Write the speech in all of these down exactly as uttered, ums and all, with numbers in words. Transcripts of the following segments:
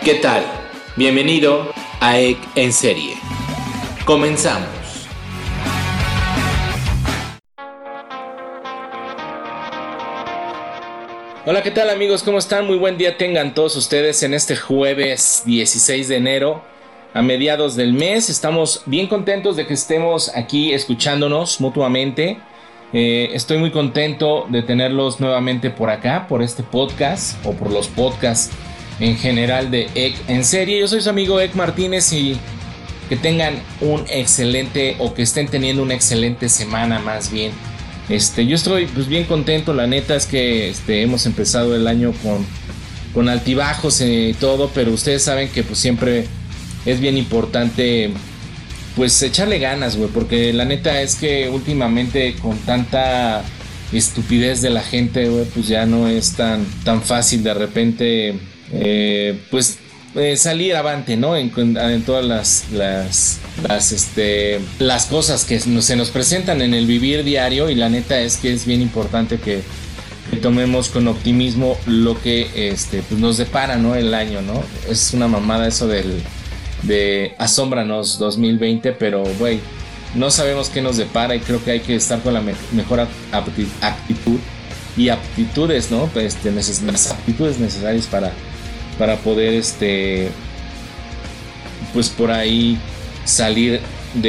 ¿Qué tal? Bienvenido a E C en Serie. Comenzamos. Hola, ¿qué tal amigos? ¿Cómo están? Muy buen día tengan todos ustedes en este jueves dieciséis de enero, a mediados del mes. Estamos bien contentos de que estemos aquí escuchándonos mutuamente. Eh, estoy muy contento de tenerlos nuevamente por acá, por este podcast o por los podcasts en general de E C en Serie. Yo soy su amigo E C Martínez y que tengan un excelente o que estén teniendo una excelente semana más bien. Este, yo estoy pues bien contento, la neta es que este, hemos empezado el año con, con altibajos y todo, pero ustedes saben que pues siempre es bien importante pues echarle ganas, güey, porque la neta es que últimamente con tanta estupidez de la gente, güey, pues ya no es tan, tan fácil de repente eh, pues eh, salir avante, ¿no? En, en todas las, las, las, este, las cosas que nos, se nos presentan en el vivir diario, y la neta es que es bien importante que, que tomemos con optimismo lo que este, pues nos depara, ¿no? El año, ¿no? Es una mamada eso del de asómbranos dos mil veinte, pero güey, no sabemos qué nos depara y creo que hay que estar con la me- mejor actitud y aptitudes, ¿no? Este, neces- las aptitudes necesarias para, para poder este pues por ahí salir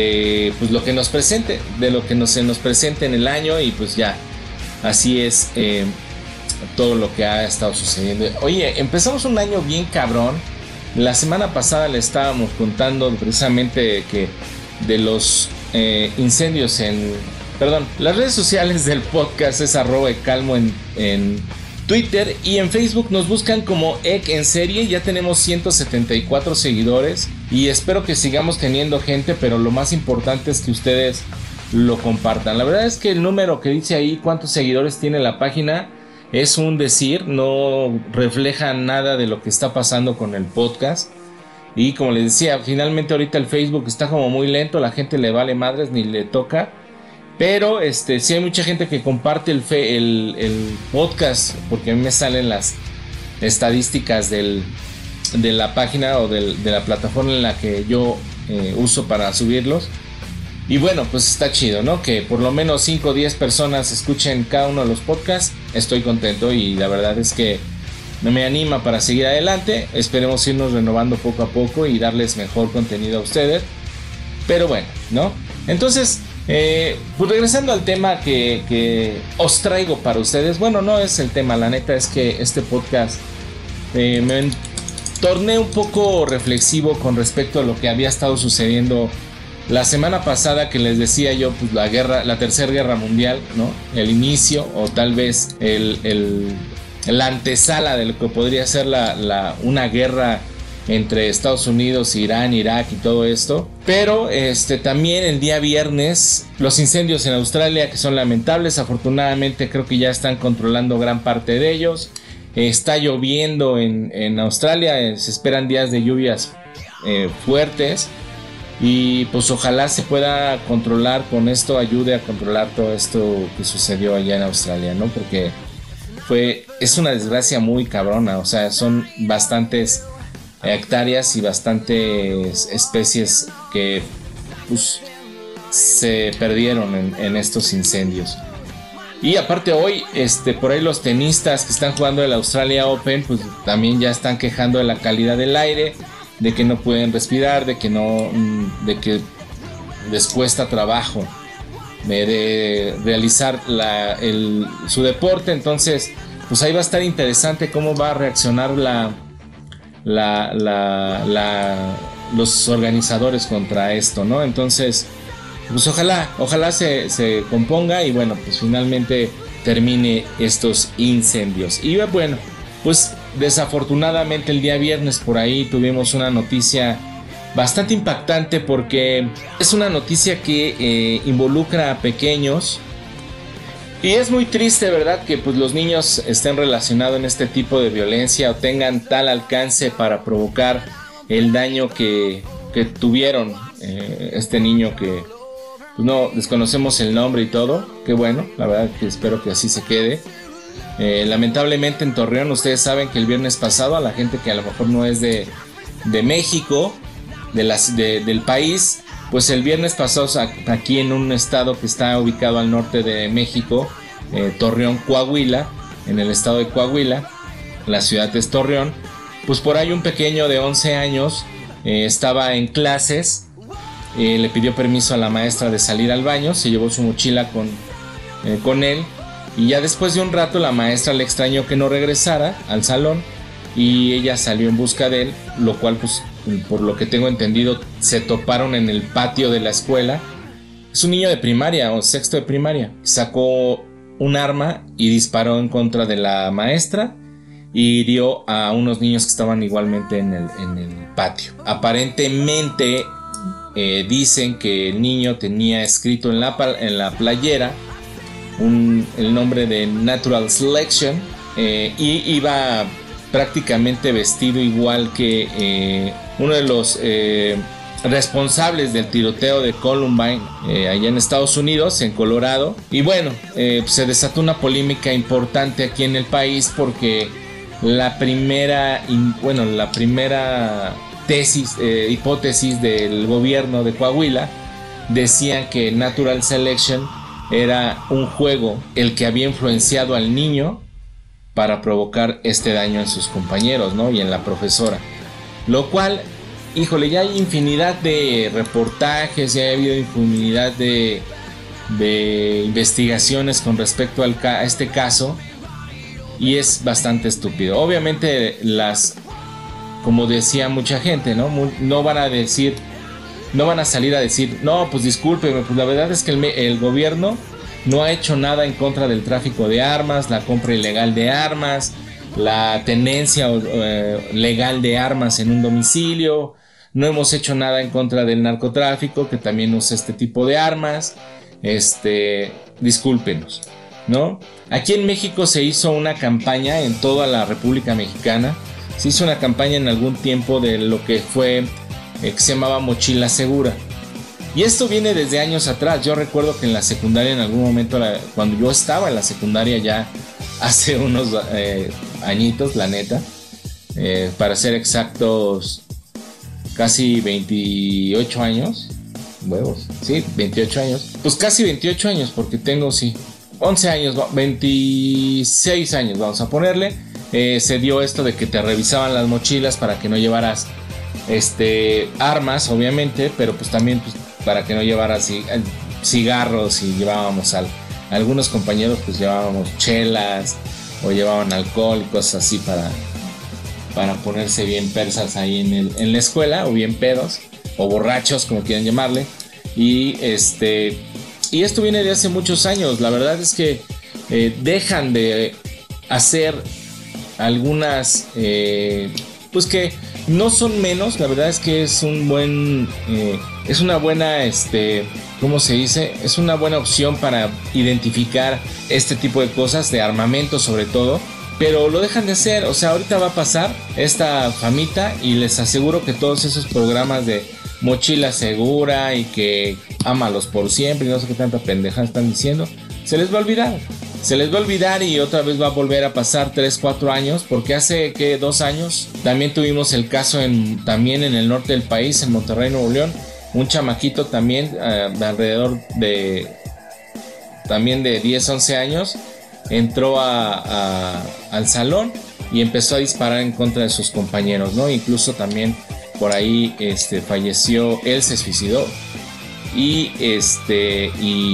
de pues lo que nos presente, de lo que nos, se nos presente en el año, y pues ya, así es eh, todo lo que ha estado sucediendo. Oye, empezamos un año bien cabrón. La semana pasada le estábamos contando precisamente que de los eh, incendios en... Perdón, las redes sociales del podcast es arroba ecalmo en, en Twitter, y en Facebook nos buscan como E C en Serie. Ya tenemos ciento setenta y cuatro seguidores y espero que sigamos teniendo gente, pero lo más importante es que ustedes lo compartan. La verdad es que el número que dice ahí, cuántos seguidores tiene la página, es un decir, no refleja nada de lo que está pasando con el podcast. Y como les decía, finalmente ahorita el Facebook está como muy lento, la gente le vale madres ni le toca. Pero este, sí hay mucha gente que comparte el, fe, el, el podcast, porque a mí me salen las estadísticas del, de la página o del, de la plataforma en la que yo eh, uso para subirlos. Y bueno, pues está chido, ¿no? Que por lo menos cinco o diez personas escuchen cada uno de los podcasts. Estoy contento y la verdad es que me anima para seguir adelante. Esperemos irnos renovando poco a poco y darles mejor contenido a ustedes. Pero bueno, ¿no? Entonces, eh, pues regresando al tema que, que os traigo para ustedes. Bueno, no es el tema, la neta es que este podcast eh, me torné un poco reflexivo con respecto a lo que había estado sucediendo la semana pasada, que les decía yo, pues la guerra, la tercera guerra mundial, ¿no? El inicio, o tal vez el, el, la antesala de lo que podría ser la, la, una guerra entre Estados Unidos, Irán, Irak y todo esto. Pero este, también el día viernes, los incendios en Australia, que son lamentables. Afortunadamente creo que ya están controlando gran parte de ellos. Eh, está lloviendo en, en Australia, eh, se esperan días de lluvias eh, fuertes. Y pues ojalá se pueda controlar con esto, ayude a controlar todo esto que sucedió allá en Australia, ¿no? Porque fue, es una desgracia muy cabrona, o sea, son bastantes hectáreas y bastantes especies que pues se perdieron en, en estos incendios. Y aparte hoy, este, por ahí los tenistas que están jugando el Australia Open, pues también ya están quejando de la calidad del aire, de que no pueden respirar, de que no, de que les cuesta trabajo de, de realizar la, el, su deporte. Entonces, pues ahí va a estar interesante cómo va a reaccionar la, la, la, la, los organizadores contra esto, ¿no? Entonces, pues ojalá, ojalá se, se componga y bueno, pues finalmente termine estos incendios. Y bueno, pues desafortunadamente el día viernes por ahí tuvimos una noticia bastante impactante, porque es una noticia que eh, involucra a pequeños, y es muy triste, ¿verdad?, que pues los niños estén relacionados en este tipo de violencia o tengan tal alcance para provocar el daño que, que tuvieron eh, este niño que pues, no desconocemos el nombre y todo. Qué bueno, la verdad que espero que así se quede. Eh, lamentablemente en Torreón, ustedes saben que el viernes pasado, a la gente que a lo mejor no es de, de México, de las, de, del país. Pues el viernes pasado aquí en un estado que está ubicado al norte de México, eh, Torreón, Coahuila, en el estado de Coahuila, la ciudad es Torreón. Pues por ahí un pequeño de once años eh, estaba en clases, eh, le pidió permiso a la maestra de salir al baño, se llevó su mochila con, eh, con él. Y ya después de un rato la maestra le extrañó que no regresara al salón y ella salió en busca de él, lo cual pues por lo que tengo entendido se toparon en el patio de la escuela. Es un niño de primaria o sexto de primaria. Sacó un arma y disparó en contra de la maestra y hirió a unos niños que estaban igualmente en el, en el patio. Aparentemente eh, dicen que el niño tenía escrito en la, en la playera Un, el nombre de Natural Selection eh, y iba prácticamente vestido igual que eh, uno de los eh, responsables del tiroteo de Columbine eh, allá en Estados Unidos, en Colorado. Y bueno, eh, se desató una polémica importante aquí en el país porque la primera, bueno, la primera tesis, eh, hipótesis del gobierno de Coahuila decían que Natural Selection era un juego el que había influenciado al niño para provocar este daño en sus compañeros, ¿no? Y en la profesora. Lo cual, híjole, ya hay infinidad de reportajes, ya ha habido infinidad de, de investigaciones con respecto al, a este caso. Y es bastante estúpido. Obviamente las, como decía mucha gente, ¿no? No van a decir... No van a salir a decir, no, pues discúlpeme, pues la verdad es que el, el gobierno no ha hecho nada en contra del tráfico de armas, la compra ilegal de armas, la tenencia eh, legal de armas en un domicilio. No hemos hecho nada en contra del narcotráfico, que también usa este tipo de armas. Este, discúlpenos, ¿no? Aquí en México se hizo una campaña en toda la República Mexicana. Se hizo una campaña en algún tiempo de lo que fue... que se llamaba Mochila Segura. Y esto viene desde años atrás. Yo recuerdo que en la secundaria, en algún momento, cuando yo estaba en la secundaria ya hace unos eh, añitos, la neta, eh, para ser exactos, casi veintiocho años, huevos, sí, veintiocho años, pues casi veintiocho años, porque tengo, sí, once años, veintiséis años, vamos a ponerle. Eh, se dio esto de que te revisaban las mochilas para que no llevaras Este, armas, obviamente, pero pues también pues, para que no llevaras cigarros, y llevábamos al, algunos compañeros pues llevábamos chelas o llevaban alcohol y cosas así para, para ponerse bien persas ahí en, el, en la escuela, o bien pedos o borrachos, como quieran llamarle. Y este y esto viene de hace muchos años. La verdad es que eh, dejan de hacer algunas eh, pues que no son menos. La verdad es que es un buen eh, es una buena este ¿cómo se dice? Es una buena opción para identificar este tipo de cosas, de armamento sobre todo, pero lo dejan de hacer. O sea, ahorita va a pasar esta famita y les aseguro que todos esos programas de mochila segura y que ámalos por siempre y no sé qué tanta pendejada están diciendo, se les va a olvidar. Se les va a olvidar y otra vez va a volver a pasar tres, cuatro años, porque hace que dos años también tuvimos el caso en, también en el norte del país, en Monterrey, Nuevo León, un chamaquito también uh, de alrededor de también de diez, once años, entró a, a, al salón y empezó a disparar en contra de sus compañeros, ¿no? Incluso también por ahí este, falleció, él se suicidó. Y este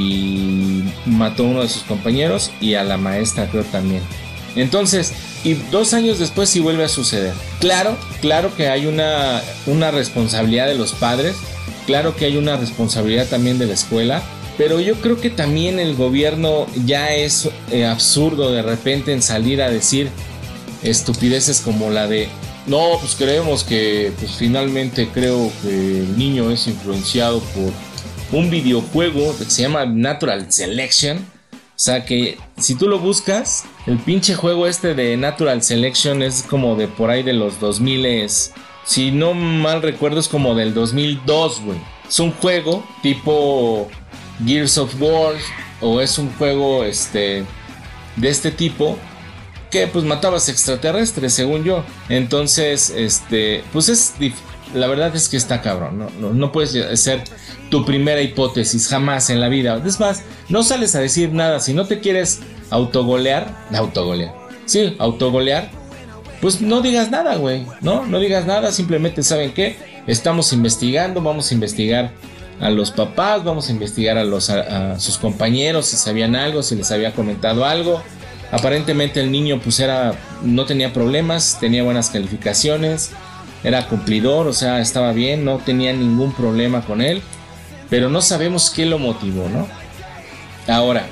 y mató a uno de sus compañeros y a la maestra, creo, también. Entonces, y dos años después sí vuelve a suceder. Claro, claro que hay una, una responsabilidad de los padres. Claro que hay una responsabilidad también de la escuela. Pero yo creo que también el gobierno ya es eh, absurdo de repente en salir a decir estupideces como la de: no, pues creemos que, pues finalmente creo que el niño es influenciado por un videojuego que se llama Natural Selection. O sea que si tú lo buscas, el pinche juego este de Natural Selection es como de por ahí de los dos mil. Si no mal recuerdo, es como del dos mil dos, güey. Es un juego tipo Gears of War, o es un juego este de este tipo que pues matabas extraterrestres, según yo. Entonces, este, pues es dif- la verdad es que está cabrón, ¿no? No, no puedes hacer tu primera hipótesis jamás en la vida. Es más, no sales a decir nada. Si no te quieres autogolear, autogolear, sí, autogolear, pues no digas nada, güey, ¿no? No digas nada, simplemente, ¿saben qué? Estamos investigando, vamos a investigar a los papás, vamos a investigar a, los, a, a sus compañeros si sabían algo, si les había comentado algo. Aparentemente el niño pues era, no tenía problemas, tenía buenas calificaciones, era cumplidor, o sea, estaba bien, no tenía ningún problema con él, pero no sabemos qué lo motivó, ¿no? Ahora,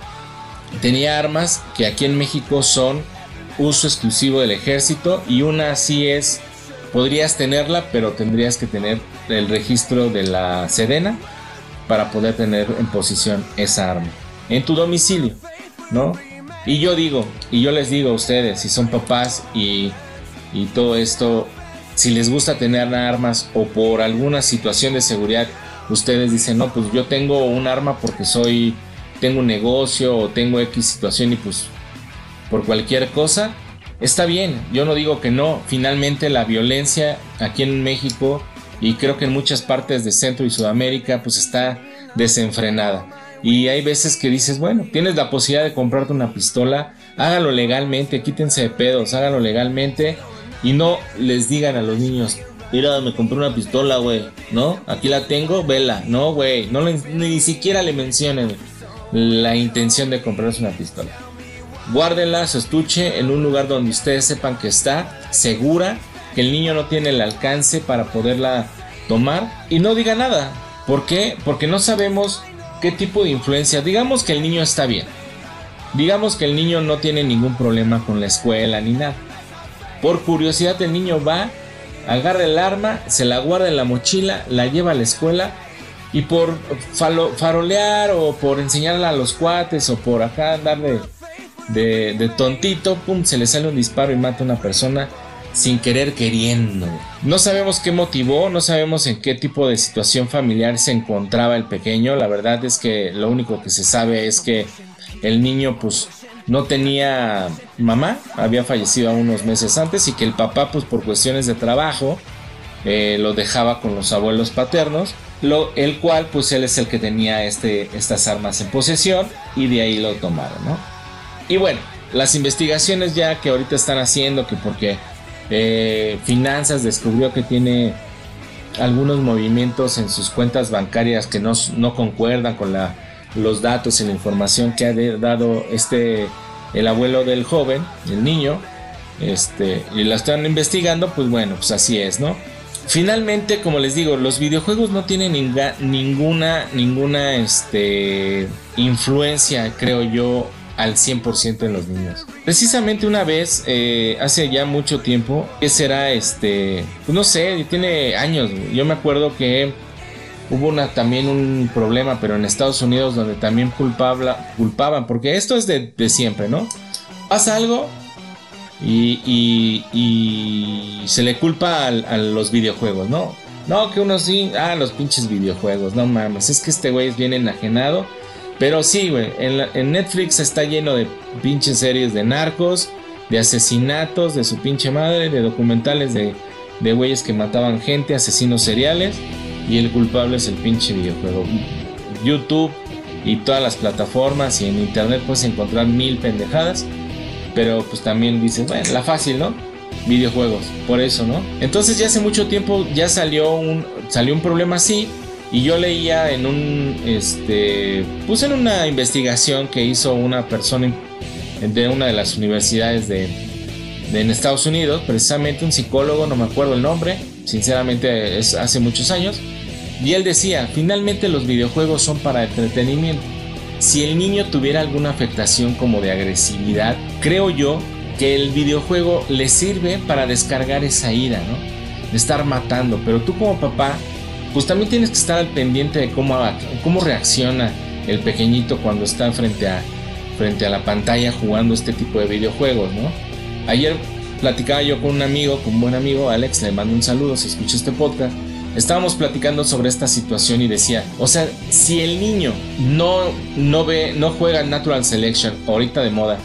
tenía armas que aquí en México son uso exclusivo del ejército, y una sí es, podrías tenerla, pero tendrías que tener el registro de la Sedena para poder tener en posesión esa arma en tu domicilio, ¿no? Y yo digo, y yo les digo a ustedes, si son papás y, y todo esto, si les gusta tener armas o por alguna situación de seguridad, ustedes dicen, no, pues yo tengo un arma porque soy, tengo un negocio o tengo X situación y pues por cualquier cosa, está bien, yo no digo que no. Finalmente la violencia aquí en México y creo que en muchas partes de Centro y Sudamérica pues está desenfrenada. Y hay veces que dices, bueno, tienes la posibilidad de comprarte una pistola, hágalo legalmente, quítense de pedos, hágalo legalmente y no les digan a los niños, mira, me compré una pistola, güey, ¿no? Aquí la tengo, vela. No, güey, no le, ni siquiera le mencionen la intención de comprarse una pistola. Guárdenla, su estuche en un lugar donde ustedes sepan que está segura, que el niño no tiene el alcance para poderla tomar y no diga nada. ¿Por qué? Porque no sabemos qué tipo de influencia. Digamos que el niño está bien, digamos que el niño no tiene ningún problema con la escuela ni nada. Por curiosidad el niño va, agarra el arma, se la guarda en la mochila, la lleva a la escuela y por falo, farolear o por enseñarla a los cuates o por acá andar de, de, de tontito, pum, se le sale un disparo y mata a una persona sin querer queriendo. No sabemos qué motivó, no sabemos en qué tipo de situación familiar se encontraba el pequeño. La verdad es que lo único que se sabe es que el niño pues no tenía mamá, había fallecido unos meses antes y que el papá pues por cuestiones de trabajo eh, lo dejaba con los abuelos paternos, lo, el cual pues él es el que tenía este, estas armas en posesión y de ahí lo tomaron, ¿no? Y bueno, las investigaciones ya que ahorita están haciendo, que porque eh, Finanzas descubrió que tiene algunos movimientos en sus cuentas bancarias que no, no concuerdan con la, los datos y la información que ha de, dado este el abuelo del joven, el niño, este, y la están investigando, pues bueno, pues así es, ¿no? Finalmente, como les digo, los videojuegos no tienen ninga, ninguna ninguna este, influencia, creo yo, al cien por ciento en los niños. Precisamente una vez, eh, hace ya mucho tiempo, que será este, pues no sé, tiene años, yo me acuerdo que hubo una, también un problema, pero en Estados Unidos, donde también culpabla, culpaban, porque esto es de, de siempre, ¿no? Pasa algo y, y, y se le culpa a, a los videojuegos, ¿no? No, que uno sí, ah, los pinches videojuegos, no mames, es que este güey es bien enajenado. Pero sí, güey, en, en Netflix está lleno de pinches series de narcos, de asesinatos de su pinche madre, de documentales de, de güeyes que mataban gente, asesinos seriales, y el culpable es el pinche videojuego. YouTube y todas las plataformas y en internet puedes encontrar mil pendejadas, pero pues también dices, bueno, la fácil, ¿no? Videojuegos, por eso, ¿no? Entonces ya hace mucho tiempo ya salió un, salió un problema así. Y yo leía en un, este, puse en una investigación que hizo una persona de una de las universidades de, de en Estados Unidos, precisamente un psicólogo, no me acuerdo el nombre, sinceramente es hace muchos años, y él decía, finalmente los videojuegos son para entretenimiento. Si el niño tuviera alguna afectación como de agresividad, creo yo que el videojuego le sirve para descargar esa ira, ¿no? De estar matando, pero tú como papá, pues también tienes que estar al pendiente de cómo, cómo reacciona el pequeñito cuando está frente a, frente a la pantalla jugando este tipo de videojuegos, ¿no? Ayer platicaba yo con un amigo, con un buen amigo, Alex, le mando un saludo si escucha este podcast. Estábamos platicando sobre esta situación y decía, o sea, si el niño no, no ve, no juega Natural Selection, ahorita de moda,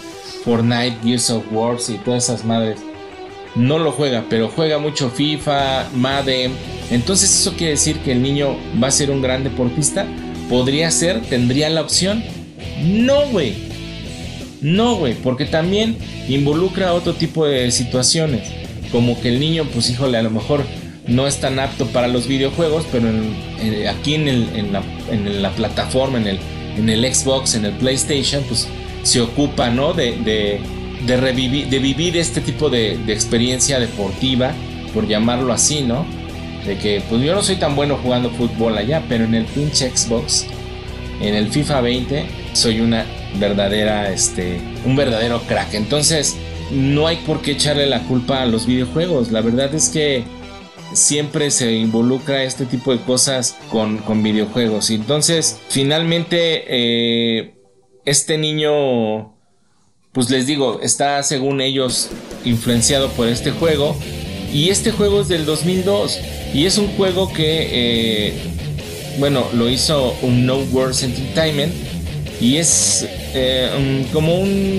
Fortnite, Gears of War y todas esas madres, no lo juega, pero juega mucho FIFA, Madden. Entonces eso quiere decir que el niño va a ser un gran deportista. Podría ser, tendría la opción. No, güey. No, güey, porque también involucra otro tipo de situaciones. Como que el niño, pues híjole, a lo mejor no es tan apto para los videojuegos, pero en, en, aquí en, el, en, la, en la plataforma, en el, en el Xbox, en el PlayStation, pues se ocupa, ¿no? De, de, de, revivir, de vivir este tipo de, de experiencia deportiva, por llamarlo así, ¿no? De que, pues yo no soy tan bueno jugando fútbol allá, pero en el pinche Xbox, en el FIFA veinte, soy una verdadera, este, un verdadero crack. Entonces, no hay por qué echarle la culpa a los videojuegos. La verdad es que siempre se involucra este tipo de cosas con, con videojuegos. Y entonces, finalmente, eh, este niño, pues les digo, está según ellos influenciado por este juego. Y este juego es del dos mil dos. Y es un juego que, eh, bueno, lo hizo un No Words Entertainment. Y es eh, um, como un...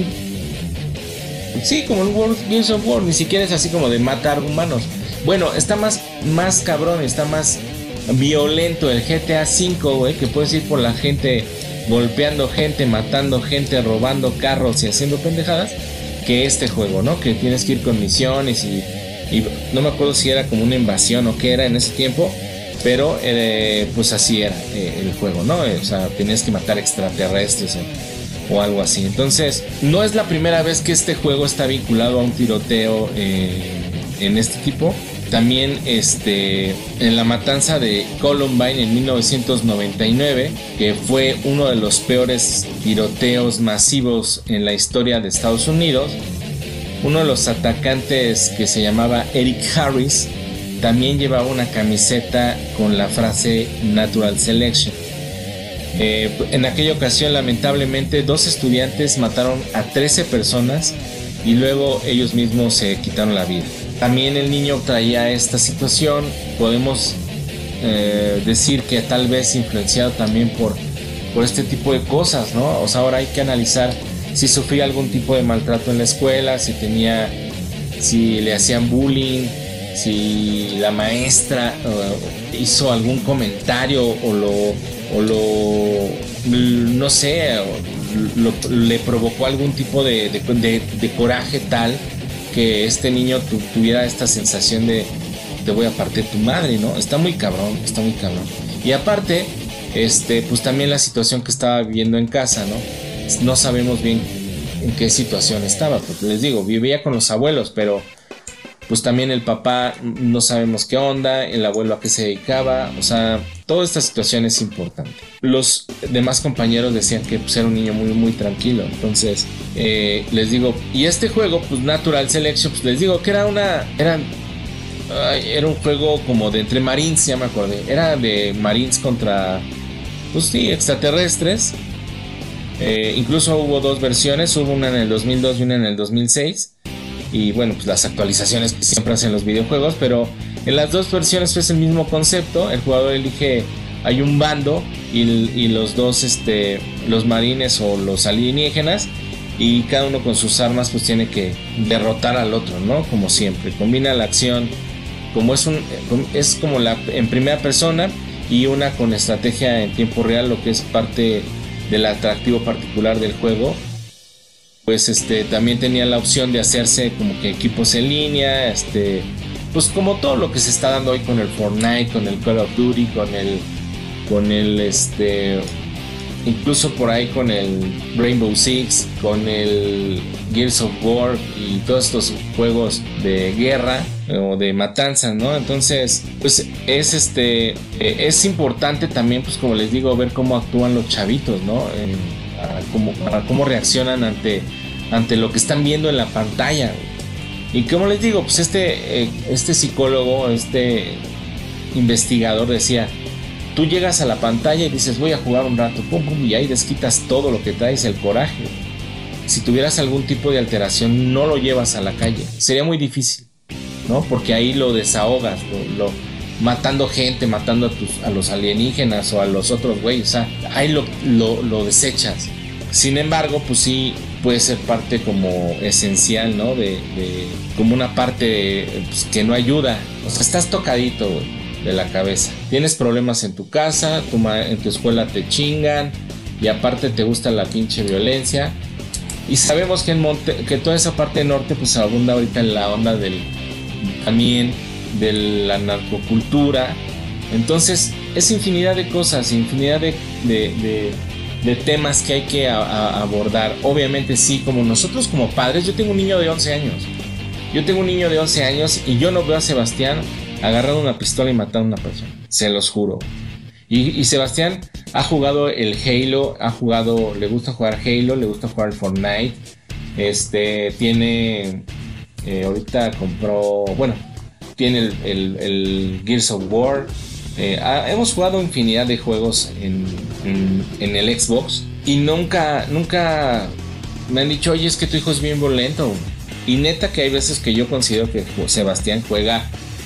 Sí, como un World Gears of War. Ni siquiera es así como de matar humanos. Bueno, está más, más cabrón, está más violento el G T A cinco, güey, que puedes ir por la gente golpeando gente, matando gente, robando carros y haciendo pendejadas, que este juego, ¿no? Que tienes que ir con misiones y, y no me acuerdo si era como una invasión o qué era en ese tiempo, pero eh, pues así era eh, el juego, ¿no? O sea, tenías que matar extraterrestres o, o algo así. Entonces, no es la primera vez que este juego está vinculado a un tiroteo eh, en este tipo. También este, en la matanza de Columbine en mil novecientos noventa y nueve, que fue uno de los peores tiroteos masivos en la historia de Estados Unidos, uno de los atacantes, que se llamaba Eric Harris, también llevaba una camiseta con la frase Natural Selection. Eh, en aquella ocasión, lamentablemente, dos estudiantes mataron a trece personas y luego ellos mismos se quitaron la vida. También el niño traía esta situación, podemos eh, decir que tal vez influenciado también por, por este tipo de cosas, ¿no? O sea, ahora hay que analizar si sufría algún tipo de maltrato en la escuela, si tenía, si le hacían bullying, si la maestra uh, hizo algún comentario o lo, o lo no sé, lo, le provocó algún tipo de, de, de, de coraje tal que este niño tu, tuviera esta sensación de te voy a partir tu madre, ¿no? Está muy cabrón, está muy cabrón. Y aparte, este, pues también la situación que estaba viviendo en casa, ¿no? No sabemos bien en qué situación estaba, porque les digo, vivía con los abuelos, pero pues también el papá no sabemos qué onda, el abuelo a qué se dedicaba, o sea, toda esta situación es importante. Los demás compañeros decían que pues, era un niño muy muy tranquilo, entonces eh, les digo, y este juego, pues Natural Selection, pues les digo que era una, era, ay, era un juego como de entre Marines, ya me acordé, era de Marines contra, pues sí, extraterrestres. Eh, incluso hubo dos versiones, hubo una en el dos mil dos y una en el dos mil seis. Y bueno, pues las actualizaciones que siempre hacen los videojuegos, pero en las dos versiones es el mismo concepto. El jugador elige, hay un bando y, y los dos, este, los marines o los alienígenas, y cada uno con sus armas pues tiene que derrotar al otro, ¿no? Como siempre, combina la acción, como es un, es como la en primera persona y una con estrategia en tiempo real, lo que es parte del atractivo particular del juego. Pues este también tenía la opción de hacerse como que equipos en línea, este, pues como todo lo que se está dando hoy con el Fortnite, con el Call of Duty, con el, con el este, incluso por ahí con el Rainbow Six, con el Gears of War y todos estos juegos de guerra o de matanza, ¿no? Entonces, pues es este, es importante también, pues como les digo, ver cómo actúan los chavitos, ¿no? Eh, Para cómo, para cómo reaccionan ante, ante lo que están viendo en la pantalla. Y como les digo, pues este, eh, este psicólogo, este investigador decía, tú llegas a la pantalla y dices voy a jugar un rato, pum, pum, y ahí desquitas todo lo que traes, el coraje. Si tuvieras algún tipo de alteración, no lo llevas a la calle, sería muy difícil, ¿no? Porque ahí lo desahogas, lo, lo matando gente, matando a, tus, a los alienígenas o a los otros güeyes, o sea, ahí lo, lo, lo desechas. Sin embargo, pues sí puede ser parte como esencial, ¿no? De, de como una parte pues, que no ayuda. O sea, estás tocadito, güey, de la cabeza. Tienes problemas en tu casa, tu ma- en tu escuela te chingan y aparte te gusta la pinche violencia. Y sabemos que en Monte, que toda esa parte norte pues abunda ahorita en la onda del también de la narcocultura. Entonces es infinidad de cosas, infinidad de, de, de, de temas que hay que a, a abordar. Obviamente sí, como nosotros como padres, yo tengo un niño de once años. Yo tengo un niño de once años y yo no veo a Sebastián agarrando una pistola y matando a una persona. Se los juro. Y, y Sebastián ha jugado el Halo, ha jugado, le gusta jugar Halo, le gusta jugar Fortnite. Este, tiene, eh, ahorita compró, bueno, tiene el, el, el Gears of War. Eh, ha, hemos jugado infinidad de juegos en, en, en el Xbox y nunca, nunca me han dicho, oye, es que tu hijo es bien violento. Y neta que hay veces que yo considero que Sebastián juega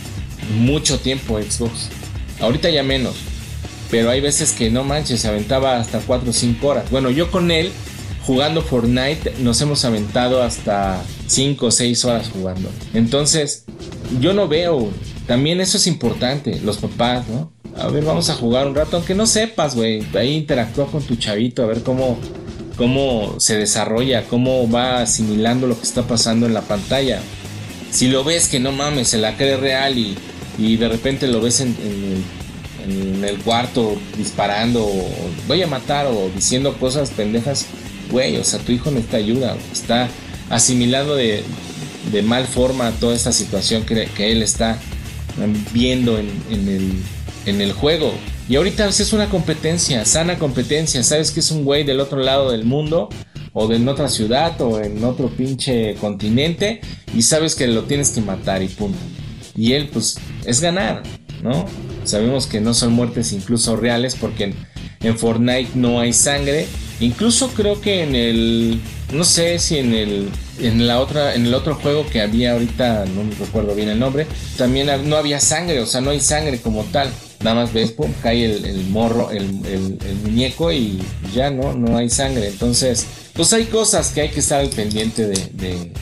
mucho tiempo Xbox. Ahorita ya menos. Pero hay veces que no manches, se aventaba hasta cuatro o cinco horas. Bueno, yo con él, jugando Fortnite, nos hemos aventado hasta cinco o seis horas jugando. Entonces, yo no veo. También eso es importante, los papás, ¿no? A ver, vamos a jugar un rato, aunque no sepas, güey. Ahí interactúa con tu chavito, a ver cómo, cómo se desarrolla, cómo va asimilando lo que está pasando en la pantalla. Si lo ves que no mames, se la cree real y, y de repente lo ves en, en, el, en el cuarto disparando o voy a matar o diciendo cosas pendejas, güey, o sea, tu hijo necesita ayuda, está asimilando de, de mal forma toda esta situación que, que él está viendo en, en, el, en el juego. Y ahorita es una competencia, sana competencia. Sabes que es un güey del otro lado del mundo o de en otra ciudad o en otro pinche continente y sabes que lo tienes que matar y punto. Y él pues es ganar, ¿no? Sabemos que no son muertes incluso reales porque en, en Fortnite no hay sangre. Incluso creo que en el, no sé si en el en la otra en el otro juego que había ahorita, no me recuerdo bien el nombre, también no había sangre, o sea, no hay sangre como tal. Nada más ves, pum, cae el, el morro, el, el, el muñeco y ya no, no hay sangre. Entonces, pues hay cosas que hay que estar al pendiente de, de, de,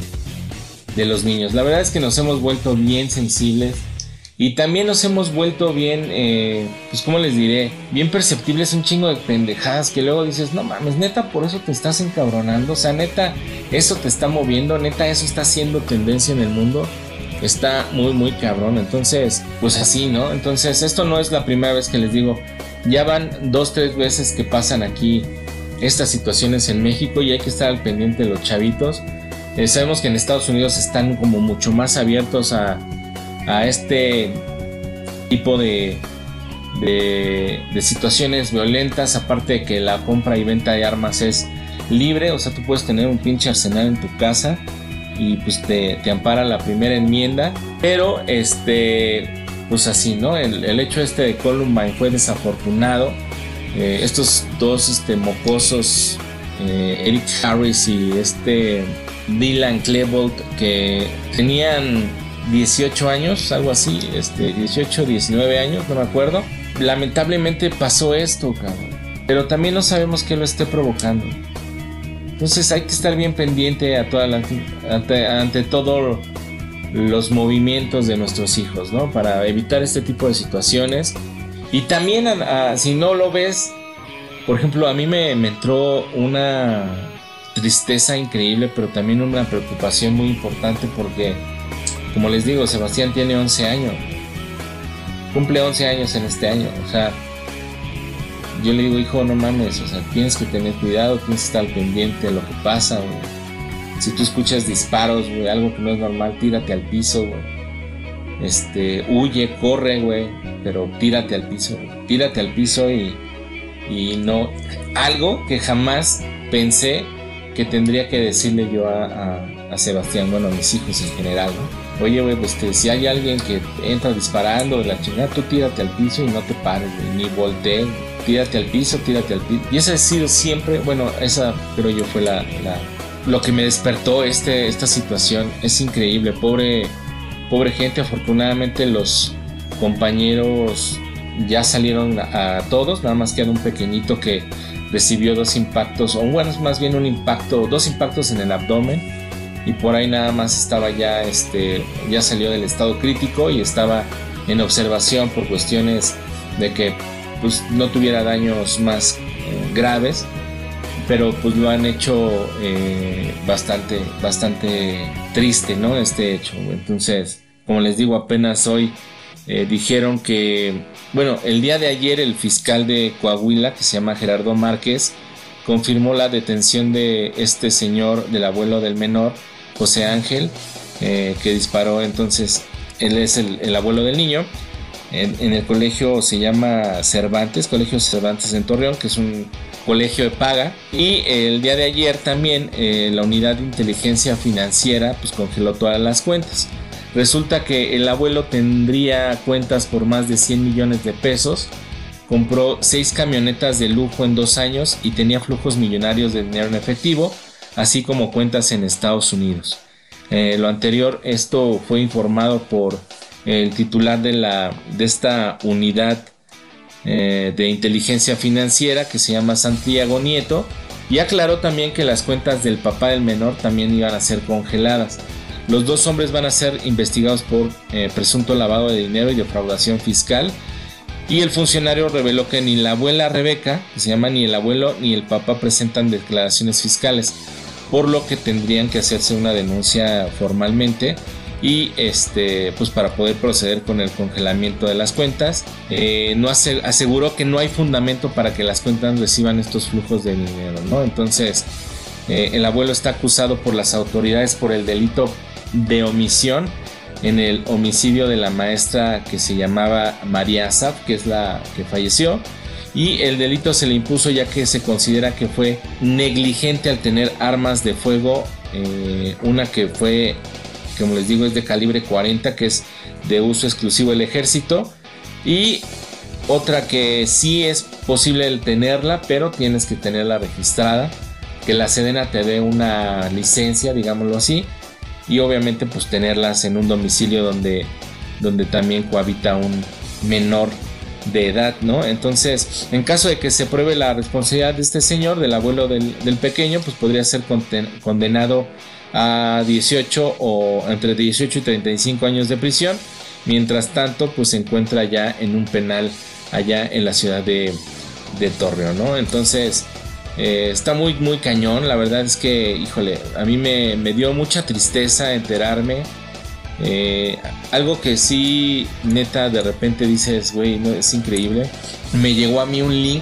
de los niños. La verdad es que nos hemos vuelto bien sensibles y también nos hemos vuelto bien, eh, pues como les diré, bien perceptibles, un chingo de pendejadas que luego dices, no mames, neta, por eso te estás encabronando, o sea, neta, eso te está moviendo, neta, eso está haciendo tendencia en el mundo. Está muy muy cabrón. Entonces pues así, ¿no? Entonces esto no es la primera vez que les digo. Ya van dos, tres veces que pasan aquí estas situaciones en México y hay que estar al pendiente de los chavitos. eh, Sabemos que en Estados Unidos están como mucho más abiertos a, a este tipo de, de, de situaciones violentas. Aparte de que la compra y venta de armas es libre. O sea, tú puedes tener un pinche arsenal en tu casa y pues te, te ampara la primera enmienda, pero este pues así, ¿no? El, el hecho este de Columbine fue desafortunado. Eh, estos dos este, mocosos, eh, Eric Harris y este Dylan Klebold, que tenían dieciocho años, algo así, este, dieciocho, diecinueve años, no me acuerdo. Lamentablemente pasó esto, cabrón, pero también no sabemos qué lo esté provocando. Entonces hay que estar bien pendiente a toda la, ante, ante todos los movimientos de nuestros hijos, ¿no? Para evitar este tipo de situaciones. Y también, a, a, si no lo ves, por ejemplo, a mí me, me entró una tristeza increíble, pero también una preocupación muy importante porque, como les digo, Sebastián tiene once años. Cumple once años en este año, o sea... Yo le digo, hijo, no mames, o sea, tienes que tener cuidado, tienes que estar al pendiente de lo que pasa, güey. Si tú escuchas disparos, güey, algo que no es normal, tírate al piso, güey. Este, huye, corre, güey, pero tírate al piso, güey. Tírate al piso y, y no... Algo que jamás pensé que tendría que decirle yo a, a, a Sebastián, bueno, a mis hijos en general, ¿no? Oye, güey, pues que si hay alguien que entra disparando de la chingada, tú tírate al piso y no te pares, güey, ni voltees, güey. Tírate al piso, tírate al piso. Y esa ha sido siempre, bueno, esa creo yo fue la, la lo que me despertó este, esta situación. Es increíble, pobre, pobre gente. Afortunadamente los compañeros ya salieron a, a todos, nada más queda un pequeñito que recibió dos impactos, o bueno, más bien un impacto, dos impactos en el abdomen, y por ahí nada más estaba ya, este, ya salió del estado crítico y estaba en observación por cuestiones de que pues no tuviera daños más eh, graves, pero pues lo han hecho eh, bastante, bastante triste, ¿no? Este hecho. Entonces, como les digo, apenas hoy eh, dijeron que, bueno, el día de ayer el fiscal de Coahuila, que se llama Gerardo Márquez, confirmó la detención de este señor, del abuelo del menor, José Ángel, eh, que disparó. Entonces, él es el, el abuelo del niño. En, en el colegio se llama Cervantes, Colegio Cervantes en Torreón, que es un colegio de paga. Y el día de ayer también eh, la unidad de inteligencia financiera pues congeló todas las cuentas. Resulta que el abuelo tendría cuentas por más de cien millones de pesos, compró seis camionetas de lujo en dos años y tenía flujos millonarios de dinero en efectivo, así como cuentas en Estados Unidos. Eh, lo anterior, esto fue informado por el titular de, la, de esta unidad eh, de inteligencia financiera, que se llama Santiago Nieto, y aclaró también que las cuentas del papá del menor también iban a ser congeladas. Los dos hombres van a ser investigados por eh, presunto lavado de dinero y defraudación fiscal, y el funcionario reveló que ni la abuela Rebeca, que se llama, ni el abuelo ni el papá presentan declaraciones fiscales, por lo que tendrían que hacerse una denuncia formalmente y este pues para poder proceder con el congelamiento de las cuentas. Eh, no hace, aseguró que no hay fundamento para que las cuentas reciban estos flujos de dinero, ¿no? Entonces eh, el abuelo está acusado por las autoridades por el delito de omisión en el homicidio de la maestra que se llamaba María Asaf, que es la que falleció, y el delito se le impuso ya que se considera que fue negligente al tener armas de fuego, eh, una que fue, como les digo, es de calibre cuarenta, que es de uso exclusivo del ejército, y otra que sí es posible el tenerla, pero tienes que tenerla registrada, que la Sedena te dé una licencia, digámoslo así, y obviamente pues tenerlas en un domicilio donde, donde también cohabita un menor de edad, ¿no? Entonces, en caso de que se pruebe la responsabilidad de este señor, del abuelo del, del pequeño, pues podría ser condenado a dieciocho o entre dieciocho y treinta y cinco años de prisión. Mientras tanto, pues se encuentra ya en un penal allá en la ciudad de, de Torreón, ¿no? Entonces, eh, está muy, muy cañón. La verdad es que, híjole, a mí me, me dio mucha tristeza enterarme. Eh, algo que sí, neta, de repente dices, güey, no, es increíble. Me llegó a mí un link,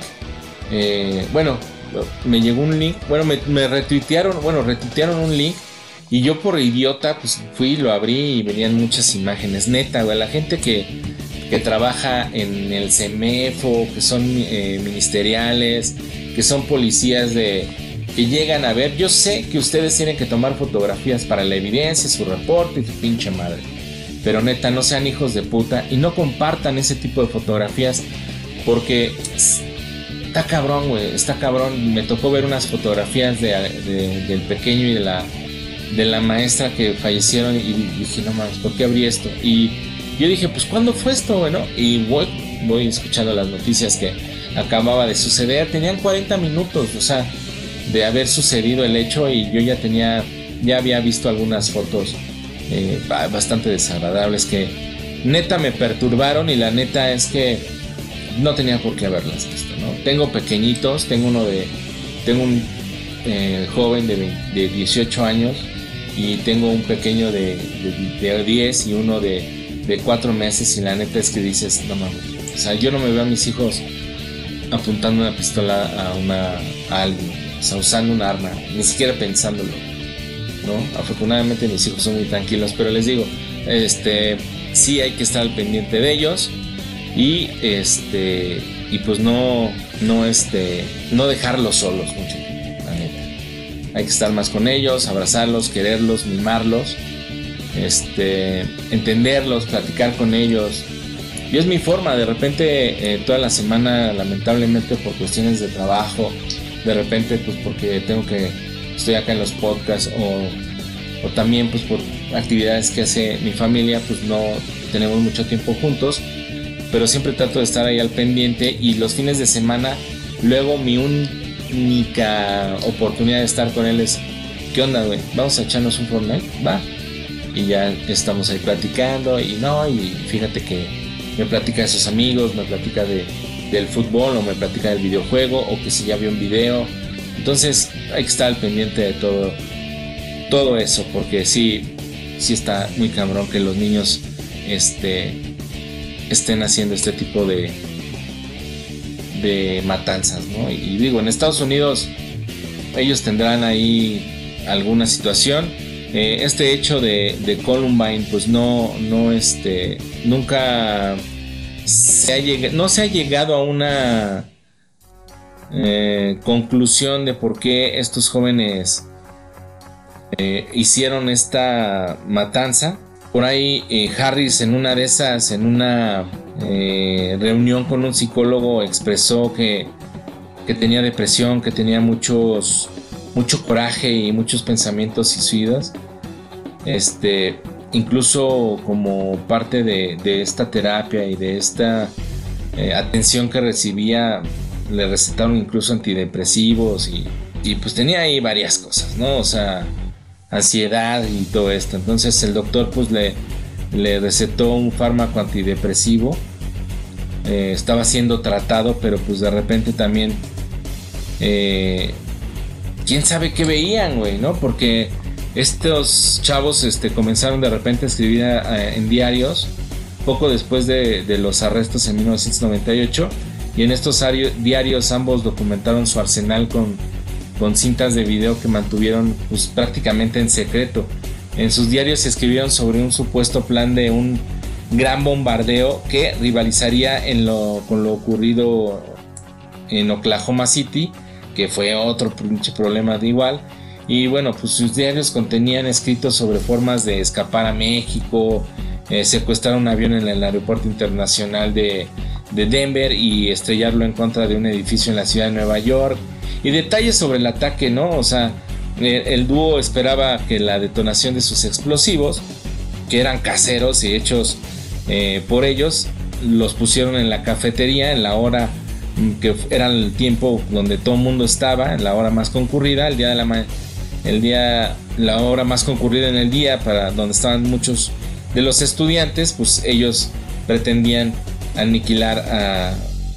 eh, bueno, me llegó un link, bueno, me, me retuitearon, bueno, retuitearon un link, y yo por idiota, pues fui, lo abrí y venían muchas imágenes, neta, güey, la gente que, que trabaja en el CEMEFO, que son eh, ministeriales, que son policías de... que llegan a ver, yo sé que ustedes tienen que tomar fotografías para la evidencia, su reporte y su pinche madre, pero neta, no sean hijos de puta y no compartan ese tipo de fotografías, porque está cabrón, güey, está cabrón. Me tocó ver unas fotografías de, de, del pequeño y de la, de la maestra que fallecieron, y dije, no mames, ¿por qué abrí esto? Y yo dije, pues, ¿cuándo fue esto, güey, no? Y voy, voy escuchando las noticias que acababa de suceder, tenían cuarenta minutos, o sea, de haber sucedido el hecho, y yo ya tenía, ya había visto algunas fotos eh, bastante desagradables que neta me perturbaron, y la neta es que no tenía por qué haberlas visto, ¿no? Tengo pequeñitos, tengo uno de, tengo un eh, joven de, veinte, de dieciocho años, y tengo un pequeño de, de, de diez y uno de, de cuatro meses, y la neta es que dices, no mames, o sea, yo no me veo a mis hijos apuntando una pistola a, una, a alguien, o sea, usando un arma, ni siquiera pensándolo, ¿no? Afortunadamente mis hijos son muy tranquilos, pero les digo, este, sí hay que estar al pendiente de ellos, y este, y pues no, no, este, no dejarlos solos mucho tiempo, la neta. Hay que estar más con ellos, abrazarlos, quererlos, mimarlos, este, entenderlos, platicar con ellos. Y es mi forma, de repente eh, toda la semana, lamentablemente por cuestiones de trabajo, de repente pues porque tengo que, estoy acá en los podcasts, o, o también pues por actividades que hace mi familia, pues no tenemos mucho tiempo juntos, pero siempre trato de estar ahí al pendiente. Y los fines de semana luego mi, un, única oportunidad de estar con él es: ¿qué onda, güey? ¿Vamos a echarnos un Fortnite? Va. Y ya estamos ahí platicando y no, y fíjate que me platica de sus amigos, me platica de, del fútbol o me platica del videojuego o que si ya vio un video. Entonces hay que estar al pendiente de todo, todo eso, porque sí, sí está muy cabrón que los niños este, estén haciendo este tipo de, de matanzas, ¿no? Y, y digo, en Estados Unidos ellos tendrán ahí alguna situación. Eh, este hecho de, de Columbine, pues no, no, este, nunca se ha llegado, no se ha llegado a una eh, conclusión de por qué estos jóvenes eh, hicieron esta matanza. Por ahí eh, Harris en una de esas, en una eh, reunión con un psicólogo, expresó que, que tenía depresión, que tenía muchos mucho coraje y muchos pensamientos suicidas. Este, incluso como parte de, de esta terapia y de esta eh, atención que recibía, le recetaron incluso antidepresivos y, y pues tenía ahí varias cosas, ¿no? O sea, ansiedad y todo esto. Entonces el doctor pues le, le recetó un fármaco antidepresivo. Eh, estaba siendo tratado, pero pues de repente también eh, quién sabe qué veían, güey, ¿no? Porque estos chavos este, comenzaron de repente a escribir a, en diarios poco después de, de los arrestos en mil novecientos noventa y ocho, y en estos diarios ambos documentaron su arsenal con, con cintas de video que mantuvieron pues, prácticamente en secreto. En sus diarios escribieron sobre un supuesto plan de un gran bombardeo que rivalizaría en lo, con lo ocurrido en Oklahoma City, que fue otro pinche problema de igual. Y bueno, pues sus diarios contenían escritos sobre formas de escapar a México, eh, secuestrar un avión en el aeropuerto internacional de, de Denver y estrellarlo en contra de un edificio en la ciudad de Nueva York, y detalles sobre el ataque, ¿no? O sea, el, el dúo esperaba que la detonación de sus explosivos, que eran caseros y hechos eh, por ellos, los pusieron en la cafetería en la hora que era el tiempo donde todo el mundo estaba, en la hora más concurrida, el día de la ma- el día, la hora más concurrida en el día, para donde estaban muchos de los estudiantes. Pues ellos pretendían aniquilar a,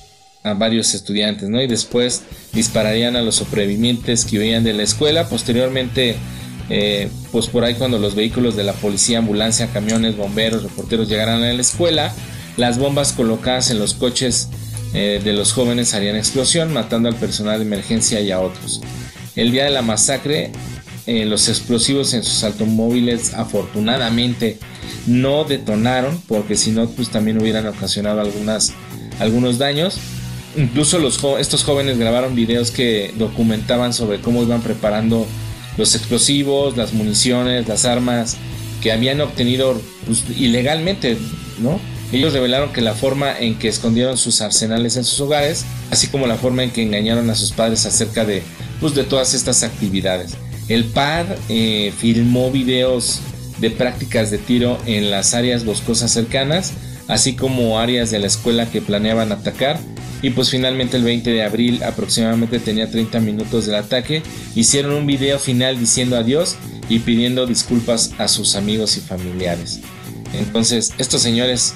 a varios estudiantes, ¿no? Y después dispararían a los sobrevivientes que huían de la escuela. Posteriormente, eh, pues por ahí, cuando los vehículos de la policía, ambulancia, camiones, bomberos, reporteros llegaran a la escuela, las bombas colocadas en los coches Eh, de los jóvenes harían explosión, matando al personal de emergencia y a otros. El día de la masacre, eh, los explosivos en sus automóviles afortunadamente no detonaron, porque si no pues también hubieran ocasionado algunas, algunos daños. Incluso los jo- estos jóvenes grabaron videos que documentaban sobre cómo iban preparando los explosivos, las municiones, las armas que habían obtenido pues, ilegalmente, ¿no? Ellos revelaron que la forma en que escondieron sus arsenales en sus hogares, así como la forma en que engañaron a sus padres acerca de, pues, de todas estas actividades. El par eh, filmó videos de prácticas de tiro en las áreas boscosas cercanas, así como áreas de la escuela que planeaban atacar. Y pues finalmente el veinte de abril, aproximadamente tenía treinta minutos del ataque, hicieron un video final diciendo adiós y pidiendo disculpas a sus amigos y familiares. Entonces estos señores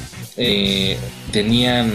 eh, tenían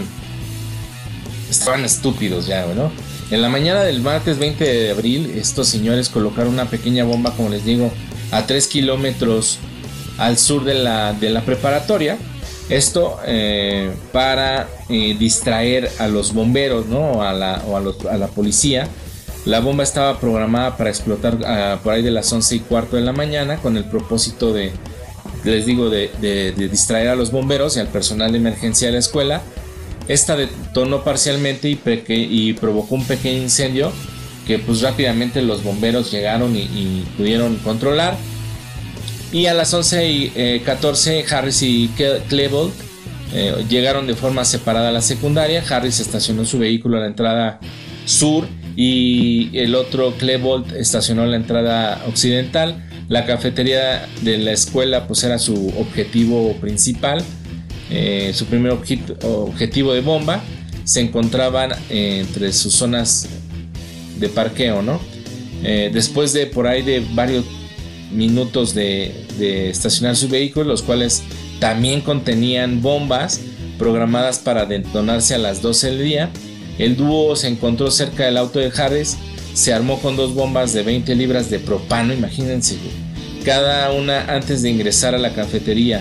estaban estúpidos ya, ¿no? En la mañana del martes veinte de abril, estos señores colocaron una pequeña bomba, como les digo, a tres kilómetros al sur de la, de la preparatoria. Esto eh, para eh, distraer a los bomberos, ¿no? A la, o a, los, a la policía. La bomba estaba programada para explotar uh, por ahí de las once y cuarto de la mañana, con el propósito de, les digo, de, de, de distraer a los bomberos y al personal de emergencia de la escuela. Esta detonó parcialmente y, peque- y provocó un pequeño incendio que pues rápidamente los bomberos llegaron y, y pudieron controlar. Y a las once y catorce, Harris y Klebold eh, llegaron de forma separada a la secundaria. Harris estacionó su vehículo a la entrada sur y el otro, Klebold, estacionó en la entrada occidental. La cafetería de la escuela pues era su objetivo principal, eh, su primer objet- objetivo de bomba. Se encontraban eh, entre sus zonas de parqueo, ¿no? Eh, después de por ahí de varios minutos de, de estacionar su vehículo, los cuales también contenían bombas programadas para detonarse a las doce del día, el dúo se encontró cerca del auto de Harris, se armó con dos bombas de veinte libras de propano, imagínense, cada una antes de ingresar a la cafetería.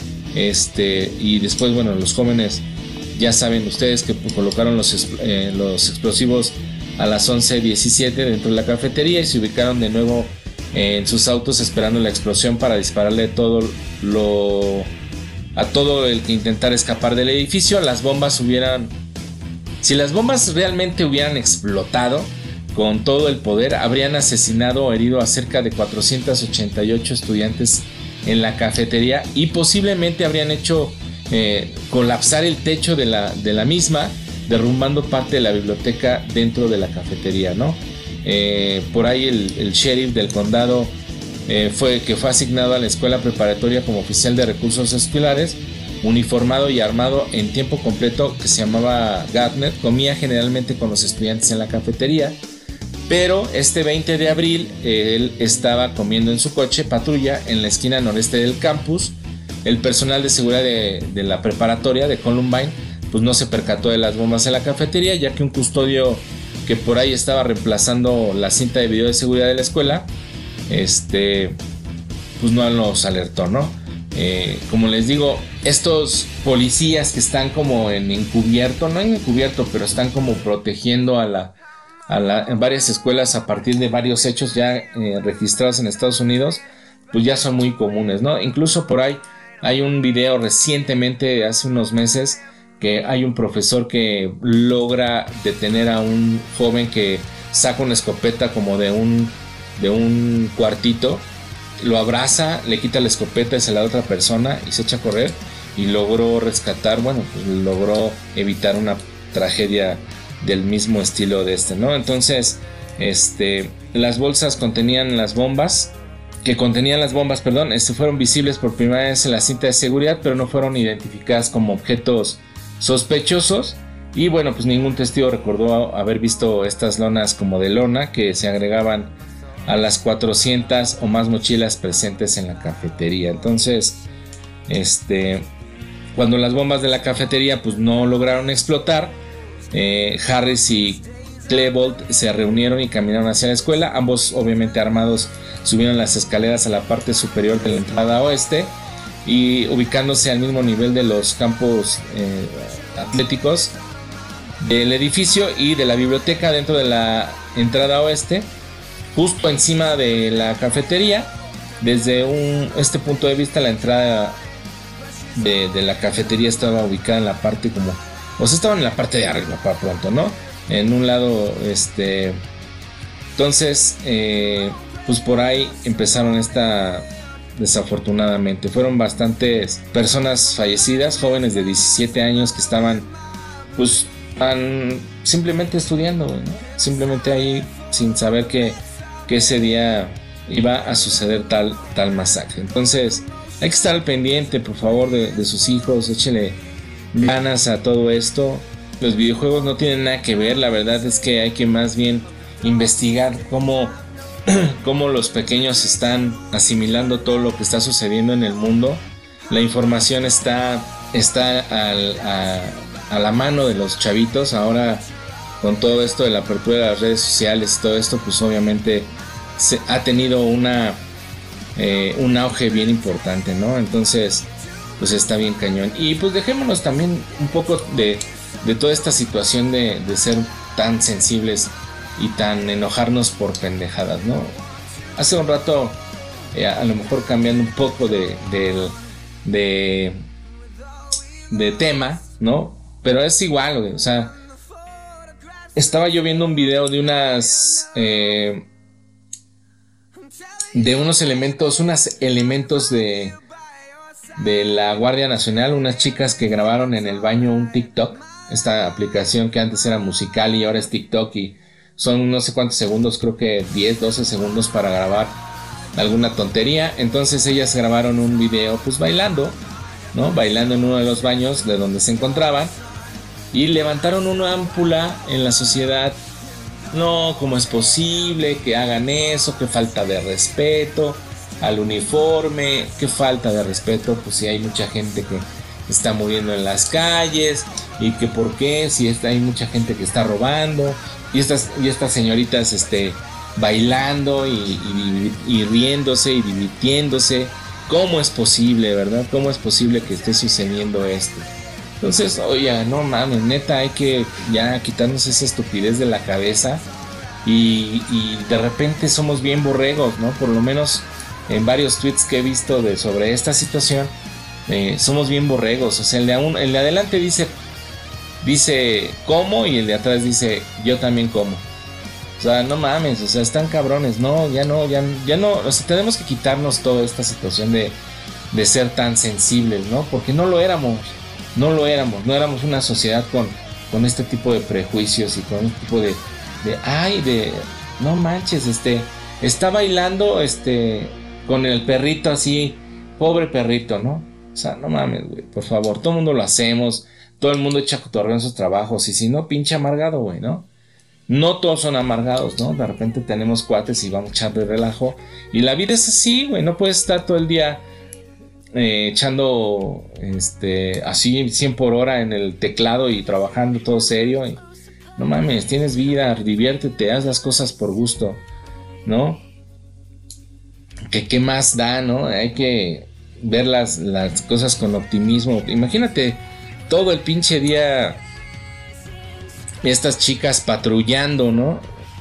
Este, y después, bueno, los jóvenes, ya saben ustedes que colocaron los, eh, los explosivos a las once diecisiete dentro de la cafetería y se ubicaron de nuevo en sus autos esperando la explosión para dispararle todo lo a todo el que intentara escapar del edificio. Las bombas hubieran si las bombas realmente hubieran explotado con todo el poder, habrían asesinado o herido a cerca de cuatrocientos ochenta y ocho estudiantes en la cafetería y posiblemente habrían hecho eh, colapsar el techo de la, de la misma, derrumbando parte de la biblioteca dentro de la cafetería, ¿no? Eh, por ahí el, el sheriff del condado eh, fue, que fue asignado a la escuela preparatoria como oficial de recursos escolares, uniformado y armado en tiempo completo, que se llamaba Gardner, comía generalmente con los estudiantes en la cafetería, pero este veinte de abril eh, él estaba comiendo en su coche patrulla en la esquina noreste del campus. El personal de seguridad de, de la preparatoria de Columbine pues no se percató de las bombas en la cafetería, ya que un custodio que por ahí estaba reemplazando la cinta de video de seguridad de la escuela, este, pues no los alertó, ¿no? Eh, como les digo, estos policías que están como en encubierto, no en encubierto, pero están como protegiendo a la, a la, en varias escuelas a partir de varios hechos ya eh, registrados en Estados Unidos, pues ya son muy comunes, ¿no? Incluso por ahí hay un video recientemente, hace unos meses, que hay un profesor que logra detener a un joven que saca una escopeta como de un, de un cuartito, lo abraza, le quita la escopeta y se la da a otra persona y se echa a correr, y logró rescatar, bueno, pues logró evitar una tragedia del mismo estilo de este, ¿no? Entonces, este, las bolsas contenían las bombas, que contenían las bombas, perdón, este, fueron visibles por primera vez en la cinta de seguridad, pero no fueron identificadas como objetos sospechosos. Y bueno, pues ningún testigo recordó haber visto estas lonas como de lona que se agregaban a las cuatrocientas o más mochilas presentes en la cafetería. Entonces, este, cuando las bombas de la cafetería pues no lograron explotar, eh, Harris y Klebold se reunieron y caminaron hacia la escuela. Ambos, obviamente armados, subieron las escaleras a la parte superior de la entrada oeste y ubicándose al mismo nivel de los campos eh, atléticos del edificio y de la biblioteca dentro de la entrada oeste, justo encima de la cafetería. Desde un, este punto de vista, la entrada de, de la cafetería estaba ubicada en la parte como, o sea, estaban en la parte de arriba para pronto, ¿no? En un lado, este, entonces, eh, pues por ahí empezaron esta, desafortunadamente, fueron bastantes personas fallecidas, jóvenes de diecisiete años que estaban, pues, tan, simplemente estudiando, ¿no? Simplemente ahí sin saber que que ese día iba a suceder tal, tal masacre. Entonces hay que estar al pendiente, por favor, de, de sus hijos. Échele ganas a todo esto. Los videojuegos no tienen nada que ver. La verdad es que hay que más bien investigar cómo, cómo los pequeños están asimilando todo lo que está sucediendo en el mundo. La información está, está al, a, a la mano de los chavitos. Ahora, con todo esto de la apertura de las redes sociales y todo esto, pues obviamente se ha tenido una eh, un auge bien importante, ¿no? Entonces, pues está bien cañón. Y pues dejémonos también un poco de, de toda esta situación de, de ser tan sensibles y tan enojarnos por pendejadas, ¿no? Hace un rato, eh, a lo mejor cambiando un poco de, de, de, de tema, ¿no? Pero es igual, güey, o sea, estaba yo viendo un video de unas eh, de unos elementos, unos elementos de de la Guardia Nacional, unas chicas que grabaron en el baño un TikTok, esta aplicación que antes era musical y ahora es TikTok, y son no sé cuántos segundos, creo que diez, doce segundos para grabar alguna tontería. Entonces ellas grabaron un video pues bailando, ¿no? Bailando en uno de los baños de donde se encontraban. Y levantaron una ámpula en la sociedad no, ¿cómo es posible que hagan eso? Qué falta de respeto al uniforme, qué falta de respeto, pues si hay mucha gente que está muriendo en las calles, y que por qué, si está, hay mucha gente que está robando, y estas, y estas señoritas este, bailando y, y, y riéndose y divirtiéndose. ¿Cómo es posible, verdad? ¿Cómo es posible que esté sucediendo esto? Entonces, oye, no mames, neta, hay que ya quitarnos esa estupidez de la cabeza. Y, y de repente somos bien borregos, ¿no? Por lo menos en varios tweets que he visto de, sobre esta situación, eh, somos bien borregos. O sea, el de, un, el de adelante dice, dice como, y el de atrás dice yo también como. O sea, no mames, o sea, están cabrones. No, ya no, ya, ya no. O sea, tenemos que quitarnos toda esta situación de, de ser tan sensibles, ¿no? Porque no lo éramos. No lo éramos, no éramos una sociedad con, con este tipo de prejuicios y con este tipo de, de, ay, de, no manches, este, está bailando, este, con el perrito así, pobre perrito, ¿no? O sea, no mames, güey, por favor, todo el mundo lo hacemos, todo el mundo echa cotorreo en sus trabajos, y si no, pinche amargado, güey, ¿no? No todos son amargados, ¿no? De repente tenemos cuates y vamos echando de relajo, y la vida es así, güey, no puedes estar todo el día Eh, echando este así cien por hora en el teclado y trabajando todo serio. Y, no mames, tienes vida, diviértete, haz las cosas por gusto, ¿no? Que qué más da, ¿no? Hay que ver las, las cosas con optimismo. Imagínate todo el pinche día estas chicas patrullando, ¿no?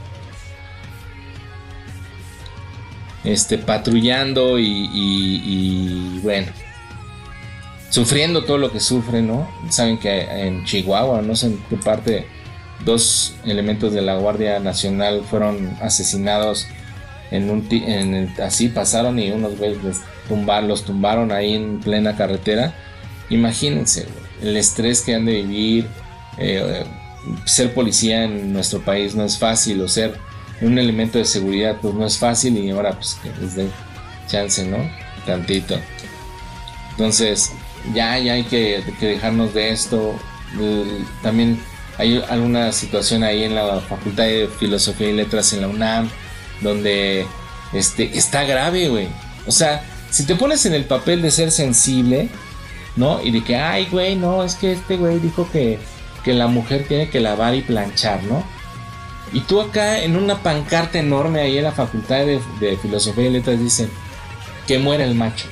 Este, patrullando y, y, y bueno, sufriendo todo lo que sufren, ¿no? Saben que en Chihuahua, no sé en qué parte, dos elementos de la Guardia Nacional fueron asesinados en un en el, así pasaron y unos güeyes les tumbar, los tumbaron ahí en plena carretera. Imagínense el estrés que han de vivir. Eh, ser policía en nuestro país no es fácil, o ser un elemento de seguridad pues no es fácil, y ahora pues que les dé chance, ¿no? Tantito. Entonces ya, ya hay que, que dejarnos de esto. También hay alguna situación ahí en la Facultad de Filosofía y Letras en la UNAM donde este, está grave, güey. O sea, si te pones en el papel de ser sensible, ¿no? Y de que, ay, güey, no, es que este güey dijo que, que la mujer tiene que lavar y planchar, ¿no? Y tú acá en una pancarta enorme ahí en la Facultad de, de Filosofía y Letras dicen que muera el macho.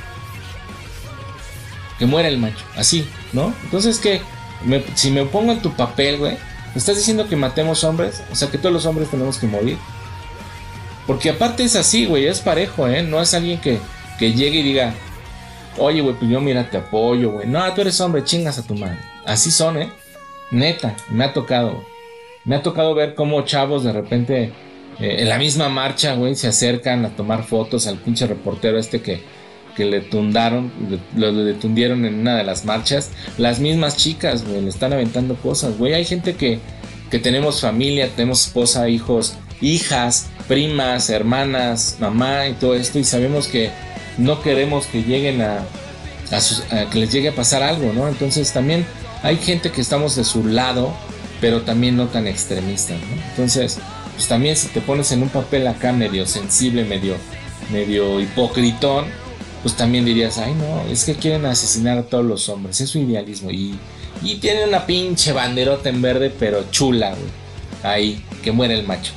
Que muera el macho. Así, ¿no? Entonces, que me, si me pongo en tu papel, güey, ¿me estás diciendo que matemos hombres? O sea, que todos los hombres tenemos que morir. Porque aparte es así, güey, es parejo, ¿eh? No es alguien que, que llegue y diga, oye, güey, pues yo mira, te apoyo, güey. No, tú eres hombre, chingas a tu madre. Así son, ¿eh? Neta, me ha tocado, güey. Me ha tocado ver cómo chavos de repente eh, en la misma marcha, güey, se acercan a tomar fotos al pinche reportero este que, que le tundaron, le, lo detundieron en una de las marchas. Las mismas chicas, güey, le están aventando cosas, güey. Hay gente que, que tenemos familia, tenemos esposa, hijos, hijas, primas, hermanas, mamá y todo esto, y sabemos que no queremos que lleguen a, a, sus, a que les llegue a pasar algo, ¿no? Entonces también hay gente que estamos de su lado, pero también no tan extremista, ¿no? Entonces, pues también si te pones en un papel acá medio sensible, medio, medio hipocritón, pues también dirías, ay no, es que quieren asesinar a todos los hombres, es su idealismo, y, y tiene una pinche banderota en verde, pero chula, güey, ahí, que muere el macho.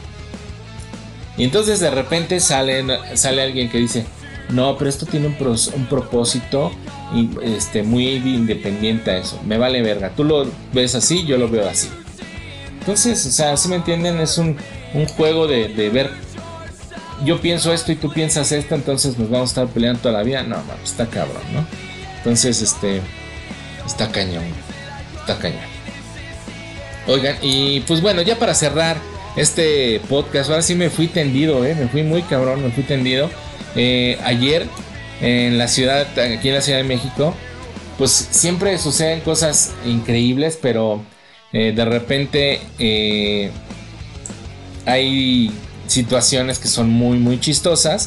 Y entonces de repente sale, sale alguien que dice, no, pero esto tiene un, pros, un propósito este, muy independiente a eso, me vale verga, tú lo ves así, yo lo veo así. Entonces, o sea, ¿sí me entienden? Es un, un juego de, de ver, yo pienso esto y tú piensas esto, entonces nos vamos a estar peleando toda la vida. No, no, está cabrón, ¿no? Entonces, este, está cañón, está cañón. Oigan, y pues bueno, ya para cerrar este podcast, ahora sí me fui tendido, ¿eh? Me fui muy cabrón, me fui tendido. Eh, ayer, en la ciudad, aquí en la Ciudad de México, pues siempre suceden cosas increíbles, pero... Eh, de repente eh, hay situaciones que son muy muy chistosas.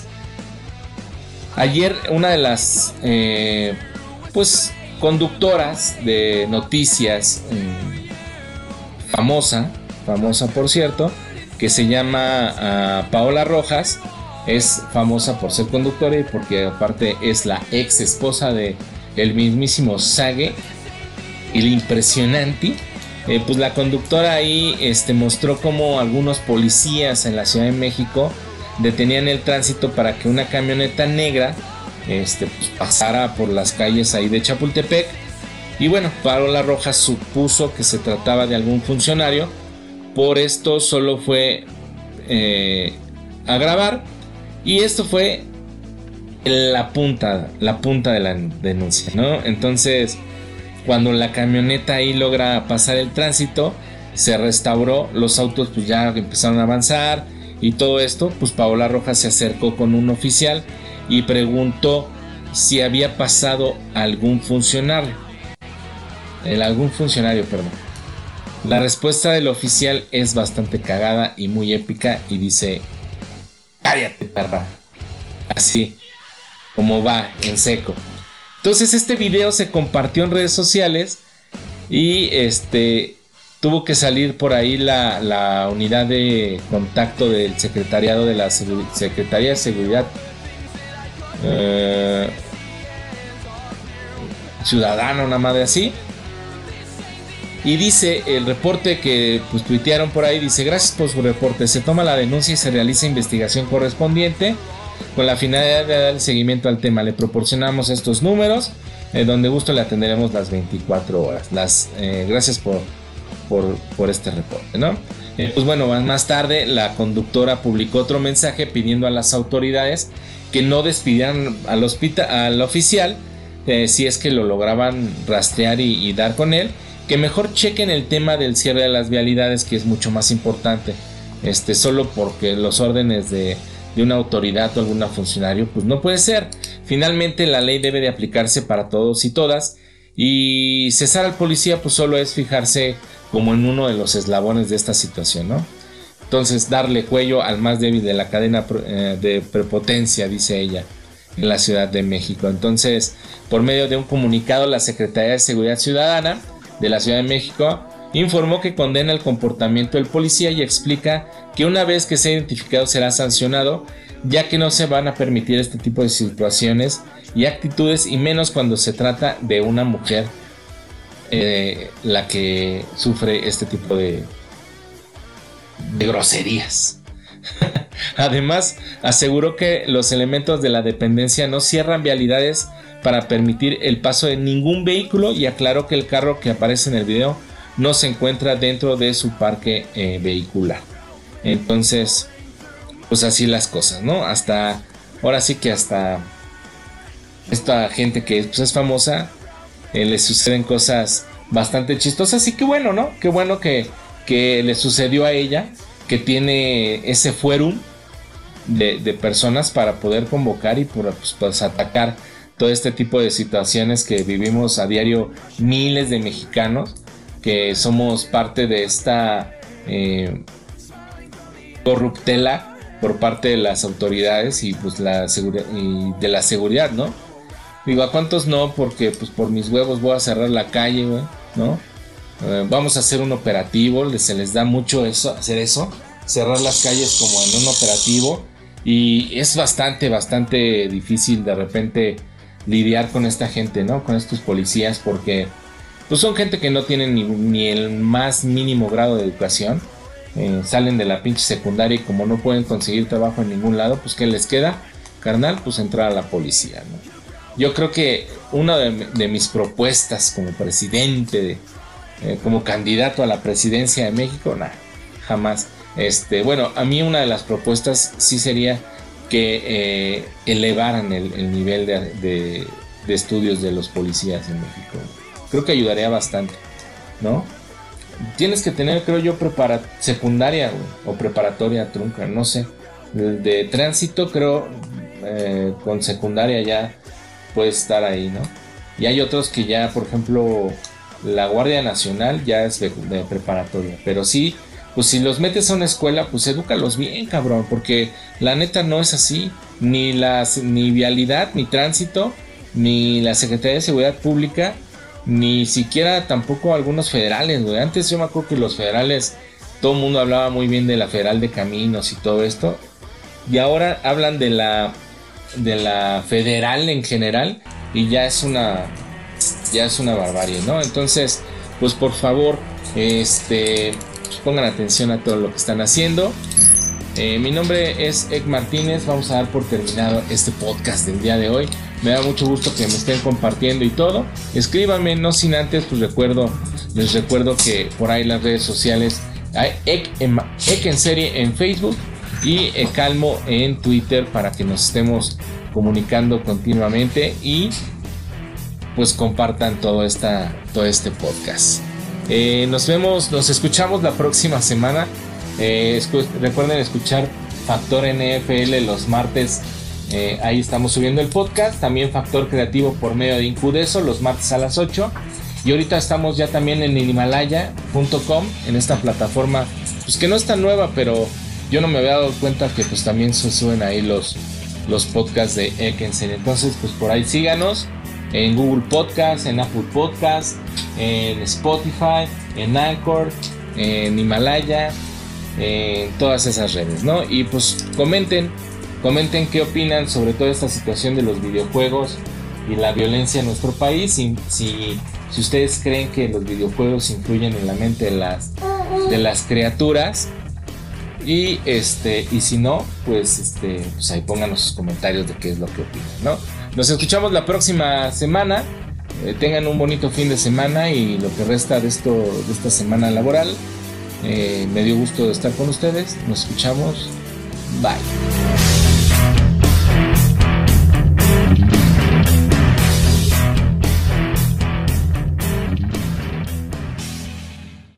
Ayer una de las eh, pues conductoras de noticias eh, famosa famosa por cierto que se llama uh, Paola Rojas. Es famosa por ser conductora y porque aparte es la ex esposa de el mismísimo Sage, el impresionante. Eh, pues la conductora ahí este, mostró cómo algunos policías en la Ciudad de México detenían el tránsito para que una camioneta negra este, pues, pasara por las calles ahí de Chapultepec. Y bueno, Paola Rojas supuso que se trataba de algún funcionario. Por esto solo fue eh, a grabar. Y esto fue la punta, la punta de la denuncia, ¿no? Entonces, cuando la camioneta ahí logra pasar el tránsito, se restauró, los autos pues ya empezaron a avanzar y todo esto, pues Paola Rojas se acercó con un oficial y preguntó si había pasado algún funcionario. El algún funcionario, perdón. La respuesta del oficial es bastante cagada y muy épica y dice: cállate, perra. Así como va, en seco. Entonces este video se compartió en redes sociales y este tuvo que salir por ahí la, la unidad de contacto del secretariado de la Segur- Secretaría de Seguridad eh, Ciudadana, una madre así. Y dice el reporte que pues tuitearon por ahí, dice: gracias por su reporte, se toma la denuncia y se realiza investigación correspondiente con la finalidad de dar seguimiento al tema. Le proporcionamos estos números, eh, donde gusto le atenderemos las veinticuatro horas. Las, eh, gracias por, por, por este reporte, ¿no? Eh, pues bueno, más tarde la conductora publicó otro mensaje pidiendo a las autoridades que no despidieran al, hospital, al oficial eh, si es que lo lograban rastrear y, y dar con él, que mejor chequen el tema del cierre de las vialidades, que es mucho más importante. Este, solo porque los órdenes de de una autoridad o algún funcionario, pues no puede ser. Finalmente la ley debe de aplicarse para todos y todas, y cesar al policía pues solo es fijarse como en uno de los eslabones de esta situación, ¿no? Entonces, darle cuello al más débil de la cadena eh, de prepotencia, dice ella, en la Ciudad de México. Entonces, por medio de un comunicado, la Secretaría de Seguridad Ciudadana de la Ciudad de México informó que condena el comportamiento del policía y explica que una vez que sea identificado será sancionado, ya que no se van a permitir este tipo de situaciones y actitudes, y menos cuando se trata de una mujer eh, la que sufre este tipo de, de groserías. Además, aseguró que los elementos de la dependencia no cierran vialidades para permitir el paso de ningún vehículo, y aclaró que el carro que aparece en el video no se encuentra dentro de su parque eh, vehicular. Entonces, pues así las cosas, ¿no? Hasta, ahora sí que hasta esta gente que pues, es famosa, eh, le suceden cosas bastante chistosas, y qué bueno, ¿no? Qué bueno que, que le sucedió a ella, que tiene ese fuerum de, de personas para poder convocar y por, pues, pues atacar todo este tipo de situaciones que vivimos a diario miles de mexicanos, que somos parte de esta eh, corruptela por parte de las autoridades y pues la seguridad y de la seguridad, ¿no? Digo, ¿a cuántos no? Porque pues por mis huevos voy a cerrar la calle, güey, ¿no? Eh, vamos a hacer un operativo, se les da mucho eso, hacer eso, cerrar las calles como en un operativo, y es bastante, bastante difícil de repente lidiar con esta gente, ¿no? Con estos policías, porque pues son gente que no tienen ni, ni el más mínimo grado de educación. Eh, salen de la pinche secundaria y como no pueden conseguir trabajo en ningún lado, pues ¿qué les queda, carnal? Pues entrar a la policía, ¿no? Yo creo que una de, de mis propuestas como presidente, de, eh, como candidato a la presidencia de México, nada, jamás. Este, bueno, a mí una de las propuestas sí sería que eh, elevaran el, el nivel de, de, de estudios de los policías en México. Creo que ayudaría bastante, ¿no? Tienes que tener, creo yo, prepara secundaria, güey, o preparatoria trunca, no sé. De, de tránsito, creo, eh, con secundaria ya puedes estar ahí, ¿no? Y hay otros que ya, por ejemplo, la Guardia Nacional ya es de, de preparatoria. Pero sí, pues si los metes a una escuela, pues edúcalos bien, cabrón, porque la neta no es así. Ni, las, ni vialidad, ni tránsito, ni la Secretaría de Seguridad Pública, ni siquiera tampoco algunos federales, güey. Antes yo me acuerdo que los federales todo el mundo hablaba muy bien de la Federal de Caminos y todo esto, y ahora hablan de la de la federal en general y ya es una ya es una barbarie, ¿no? Entonces, pues por favor, este pues pongan atención a todo lo que están haciendo. Eh, mi nombre es Ek Martínez. Vamos a dar por terminado este podcast del día de hoy. Me da mucho gusto que me estén compartiendo y todo. Escríbanme, no sin antes, pues recuerdo, les recuerdo que por ahí las redes sociales hay Ek en, Ek en serie en Facebook y Ekalmo en Twitter para que nos estemos comunicando continuamente y pues compartan todo, esta, todo este podcast. Eh, nos vemos, nos escuchamos la próxima semana. Eh, escu- recuerden escuchar Factor N F L los martes. Eh, ahí estamos subiendo el podcast. También Factor Creativo por medio de Incudeso los martes a las ocho. Y ahorita estamos ya también en himalaya punto com, en esta plataforma pues que no es tan nueva, pero yo no me había dado cuenta que pues también se suben ahí los, los podcasts de Ek en serie. Entonces pues por ahí síganos en Google Podcast, en Apple Podcast, en Spotify, en Anchor, en Himalaya, en todas esas redes, ¿no? Y pues comenten, comenten qué opinan sobre toda esta situación de los videojuegos y la violencia en nuestro país. Si, si, si ustedes creen que los videojuegos influyen en la mente de las, de las criaturas. Y este y si no, pues este pues ahí pónganos sus comentarios de qué es lo que opinan, ¿no? Nos escuchamos la próxima semana. Eh, tengan un bonito fin de semana y lo que resta de esto de esta semana laboral. Eh, me dio gusto de estar con ustedes. Nos escuchamos. Bye.